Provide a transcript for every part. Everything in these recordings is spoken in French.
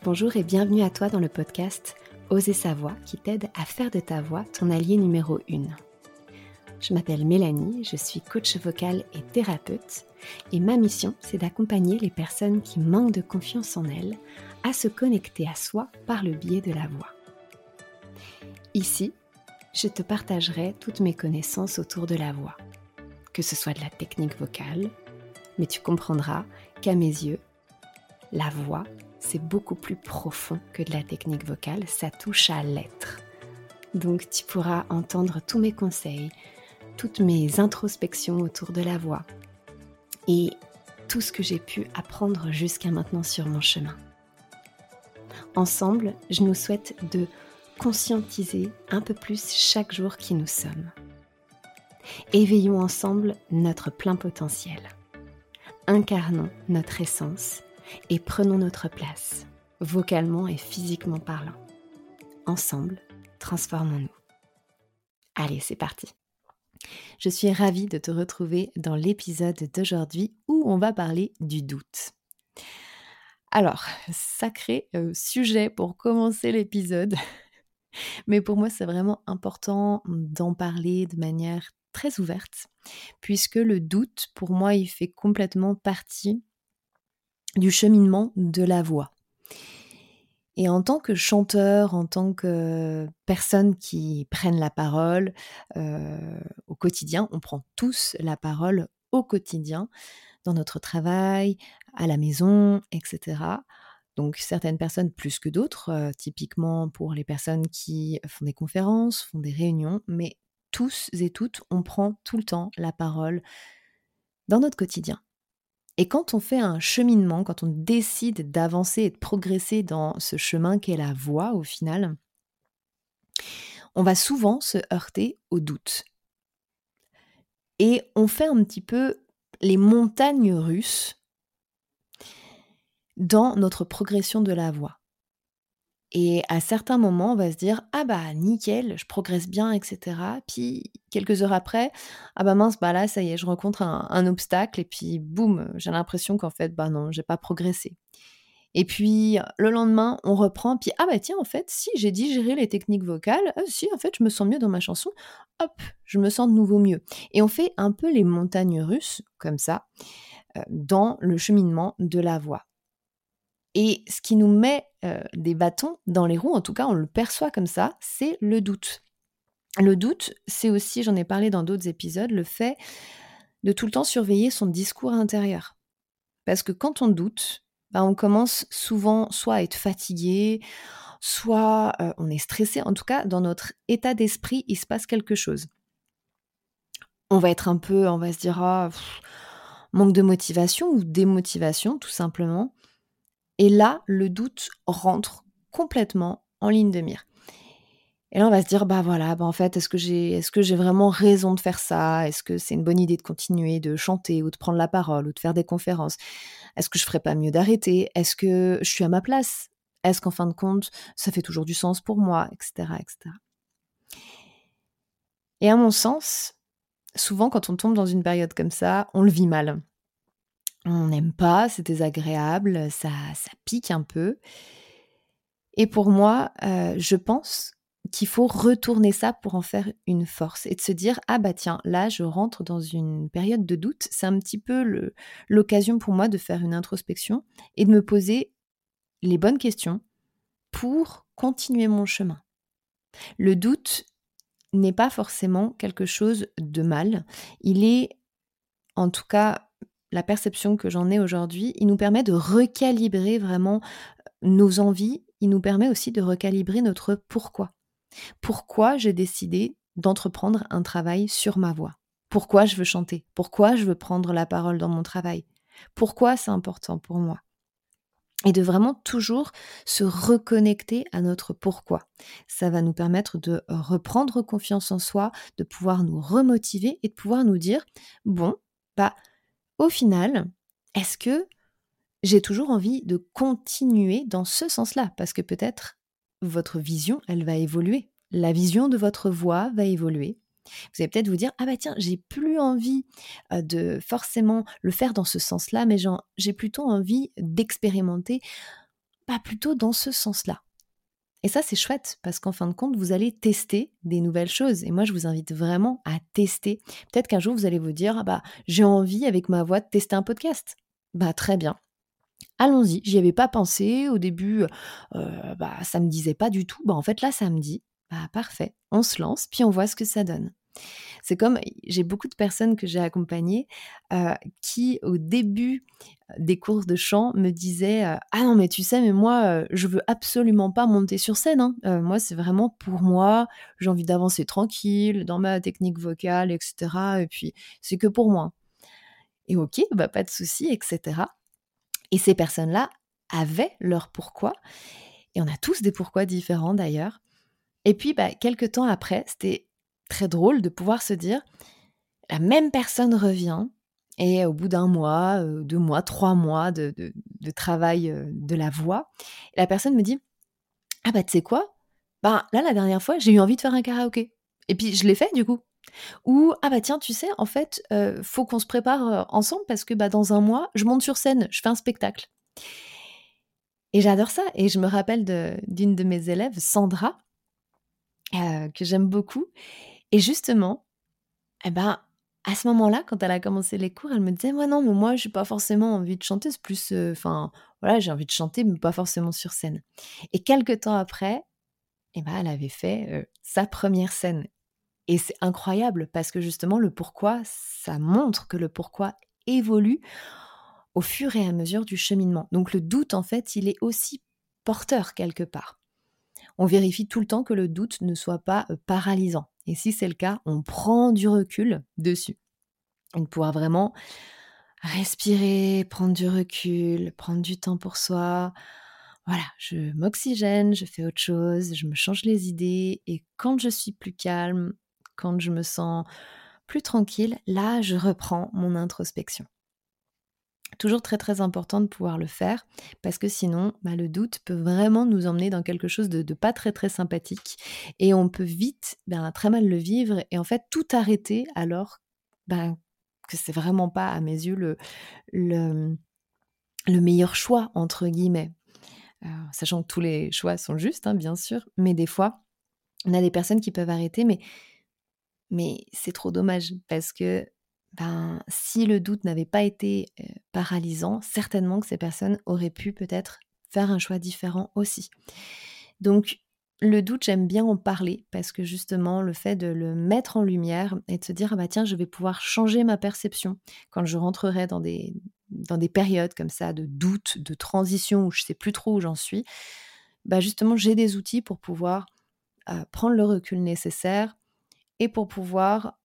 Bonjour et bienvenue à toi dans le podcast Oser sa voix qui t'aide à faire de ta voix ton allié numéro 1. Je m'appelle Mélanie, je suis coach vocal et thérapeute et ma mission c'est d'accompagner les personnes qui manquent de confiance en elles à se connecter à soi par le biais de la voix. Ici, je te partagerai toutes mes connaissances autour de la voix, que ce soit de la technique vocale, mais tu comprendras qu'à mes yeux, la voix, c'est beaucoup plus profond que de la technique vocale, ça touche à l'être. Donc tu pourras entendre tous mes conseils, toutes mes introspections autour de la voix et tout ce que j'ai pu apprendre jusqu'à maintenant sur mon chemin. Ensemble, je nous souhaite de conscientiser un peu plus chaque jour qui nous sommes. Éveillons ensemble notre plein potentiel. Incarnons notre essence et prenons notre place, vocalement et physiquement parlant. Ensemble, transformons-nous. Allez, c'est parti. Je suis ravie de te retrouver dans l'épisode d'aujourd'hui où on va parler du doute. Alors, sacré sujet pour commencer l'épisode, mais pour moi c'est vraiment important d'en parler de manière très ouverte, puisque le doute, pour moi, il fait complètement partie du cheminement de la voix. Et en tant que chanteur, en tant que personne qui prennent la parole au quotidien, on prend tous la parole au quotidien, dans notre travail, à la maison, etc. Donc certaines personnes plus que d'autres, typiquement pour les personnes qui font des conférences, font des réunions, mais tous et toutes, on prend tout le temps la parole dans notre quotidien. Et quand on fait un cheminement, quand on décide d'avancer et de progresser dans ce chemin qu'est la voix au final, on va souvent se heurter au doute. Et on fait un petit peu les montagnes russes dans notre progression de la voix. Et à certains moments, on va se dire « Ah bah nickel, je progresse bien, etc. » Puis quelques heures après, « Ah bah mince, bah là ça y est, je rencontre un obstacle et puis boum, j'ai l'impression qu'en fait, bah non, j'ai pas progressé. » Et puis le lendemain, on reprend, puis « Ah bah tiens, en fait, si j'ai digéré les techniques vocales, si en fait je me sens mieux dans ma chanson, hop, je me sens de nouveau mieux. » Et on fait un peu les montagnes russes, comme ça, dans le cheminement de la voix. Et ce qui nous met des bâtons dans les roues, en tout cas on le perçoit comme ça, c'est le doute. Le doute, c'est aussi, j'en ai parlé dans d'autres épisodes, le fait de tout le temps surveiller son discours intérieur. Parce que quand on doute, on commence souvent soit à être fatigué, soit on est stressé. En tout cas, dans notre état d'esprit, il se passe quelque chose. On va être on va se dire manque de motivation ou démotivation, tout simplement. Et là, le doute rentre complètement en ligne de mire. Et là, on va se dire, en fait, est-ce que j'ai vraiment raison de faire ça? Est-ce que c'est une bonne idée de continuer, de chanter ou de prendre la parole ou de faire des conférences? Est-ce que je ferais pas mieux d'arrêter? Est-ce que je suis à ma place? Est-ce qu'en fin de compte, ça fait toujours du sens pour moi? Etc., etc. Et à mon sens, souvent, quand on tombe dans une période comme ça, on le vit mal. On n'aime pas, c'est désagréable, ça pique un peu. Et pour moi, je pense qu'il faut retourner ça pour en faire une force et de se dire « Ah bah tiens, là je rentre dans une période de doute ». C'est un petit peu l'occasion pour moi de faire une introspection et de me poser les bonnes questions pour continuer mon chemin. Le doute n'est pas forcément quelque chose de mal. Il est, en tout cas, la perception que j'en ai aujourd'hui, il nous permet de recalibrer vraiment nos envies. Il nous permet aussi de recalibrer notre pourquoi. Pourquoi j'ai décidé d'entreprendre un travail sur ma voix? Pourquoi je veux chanter? Pourquoi je veux prendre la parole dans mon travail? Pourquoi c'est important pour moi? Et de vraiment toujours se reconnecter à notre pourquoi. Ça va nous permettre de reprendre confiance en soi, de pouvoir nous remotiver et de pouvoir nous dire « Bon, au final, est-ce que j'ai toujours envie de continuer dans ce sens-là ?» Parce que peut-être votre vision, elle va évoluer. La vision de votre voix va évoluer. Vous allez peut-être vous dire « Ah bah tiens, j'ai plus envie de forcément le faire dans ce sens-là, mais j'ai plutôt envie d'expérimenter plutôt dans ce sens-là. Et ça, c'est chouette parce qu'en fin de compte, vous allez tester des nouvelles choses. Et moi, je vous invite vraiment à tester. Peut-être qu'un jour, vous allez vous dire, j'ai envie avec ma voix de tester un podcast. Très bien. Allons-y, j'y avais pas pensé. Au début, ça me disait pas du tout. En fait, là, ça me dit, parfait, on se lance, puis on voit ce que ça donne. C'est comme, j'ai beaucoup de personnes que j'ai accompagnées qui, au début des cours de chant, me disaient Ah non, mais tu sais, mais moi, je veux absolument pas monter sur scène. Hein. Moi, c'est vraiment pour moi. J'ai envie d'avancer tranquille dans ma technique vocale, etc. Et puis, c'est que pour moi. Et ok, pas de souci, etc. Et ces personnes-là avaient leur pourquoi. Et on a tous des pourquoi différents d'ailleurs. Et puis, quelques temps après, c'était très drôle de pouvoir se dire la même personne revient et au bout d'1 mois, 2 mois, 3 mois de travail, de la voix, la personne me dit: «Ah tu sais quoi? Là, la dernière fois, j'ai eu envie de faire un karaoké et puis je l'ai fait du coup». Ou: «Ah tiens, tu sais, en fait, faut qu'on se prépare, ensemble parce que, dans 1 mois, je monte sur scène, je fais un spectacle». Et j'adore ça et je me rappelle d'une de mes élèves, Sandra, que j'aime beaucoup et justement, à ce moment-là, quand elle a commencé les cours, elle me disait: «Ouais, non, mais moi, j'ai pas forcément envie de chanter, c'est plus, voilà, j'ai envie de chanter, mais pas forcément sur scène». Et quelque temps après, elle avait fait, sa première scène et c'est incroyable parce que justement le pourquoi, ça montre que le pourquoi évolue au fur et à mesure du cheminement. Donc le doute, en fait, il est aussi porteur quelque part. On vérifie tout le temps que le doute ne soit pas, paralysant et si c'est le cas, on prend du recul dessus. Et de pouvoir vraiment respirer, prendre du recul, prendre du temps pour soi. Voilà, je m'oxygène, je fais autre chose, je me change les idées et quand je suis plus calme, quand je me sens plus tranquille, là, je reprends mon introspection. Toujours très, très important de pouvoir le faire parce que sinon, le doute peut vraiment nous emmener dans quelque chose de pas très, très sympathique et on peut vite, très mal le vivre et en fait tout arrêter alors, que c'est vraiment pas à mes yeux le «meilleur choix» entre guillemets. Sachant que tous les choix sont justes, hein, bien sûr, mais des fois, on a des personnes qui peuvent arrêter, mais c'est trop dommage parce que, si le doute n'avait pas été, paralysant, certainement que ces personnes auraient pu peut-être faire un choix différent aussi. Donc le doute, j'aime bien en parler parce que justement le fait de le mettre en lumière et de se dire: «Ah tiens, je vais pouvoir changer ma perception quand je rentrerai dans des périodes comme ça de doute, de transition où je sais plus trop où j'en suis». Justement, j'ai des outils pour pouvoir, prendre le recul nécessaire et pour pouvoir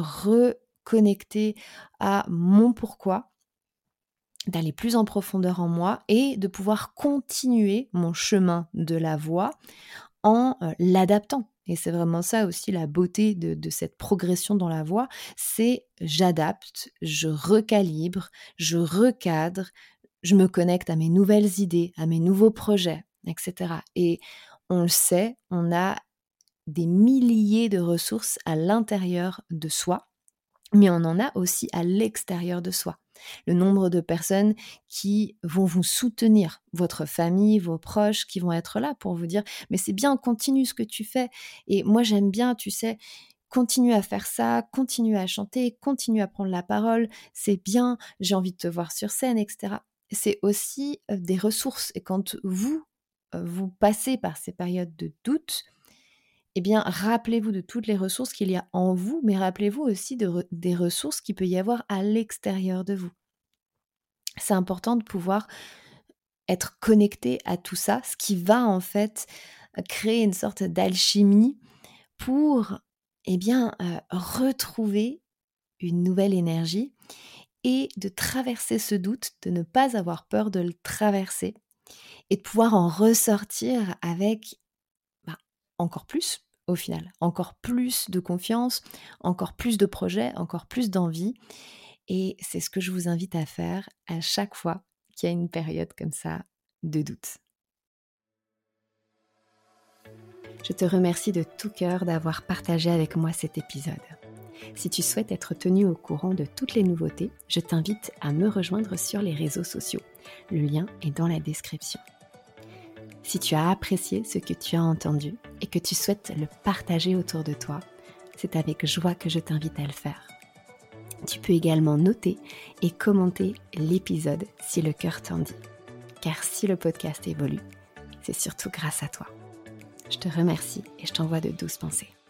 reconnecter à mon pourquoi, d'aller plus en profondeur en moi et de pouvoir continuer mon chemin de la voix en, l'adaptant. Et c'est vraiment ça aussi la beauté de cette progression dans la voix, c'est j'adapte, je recalibre, je recadre, je me connecte à mes nouvelles idées, à mes nouveaux projets, et cetera. Et on le sait, on a des milliers de ressources à l'intérieur de soi, mais on en a aussi à l'extérieur de soi. Le nombre de personnes qui vont vous soutenir, votre famille, vos proches, qui vont être là pour vous dire « mais c'est bien, continue ce que tu fais et moi j'aime bien, tu sais, continue à faire ça, continue à chanter, continue à prendre la parole, c'est bien, j'ai envie de te voir sur scène, etc. » C'est aussi des ressources et quand vous, vous passez par ces périodes de doute, rappelez-vous de toutes les ressources qu'il y a en vous, mais rappelez-vous aussi des ressources qu'il peut y avoir à l'extérieur de vous. C'est important de pouvoir être connecté à tout ça, ce qui va en fait créer une sorte d'alchimie pour retrouver une nouvelle énergie et de traverser ce doute, de ne pas avoir peur de le traverser et de pouvoir en ressortir avec encore plus au final, encore plus de confiance, encore plus de projets, encore plus d'envie. Et c'est ce que je vous invite à faire à chaque fois qu'il y a une période comme ça de doute. Je te remercie de tout cœur d'avoir partagé avec moi cet épisode. Si tu souhaites être tenu au courant de toutes les nouveautés, je t'invite à me rejoindre sur les réseaux sociaux. Le lien est dans la description. Si tu as apprécié ce que tu as entendu et que tu souhaites le partager autour de toi, c'est avec joie que je t'invite à le faire. Tu peux également noter et commenter l'épisode si le cœur t'en dit. Car si le podcast évolue, c'est surtout grâce à toi. Je te remercie et je t'envoie de douces pensées.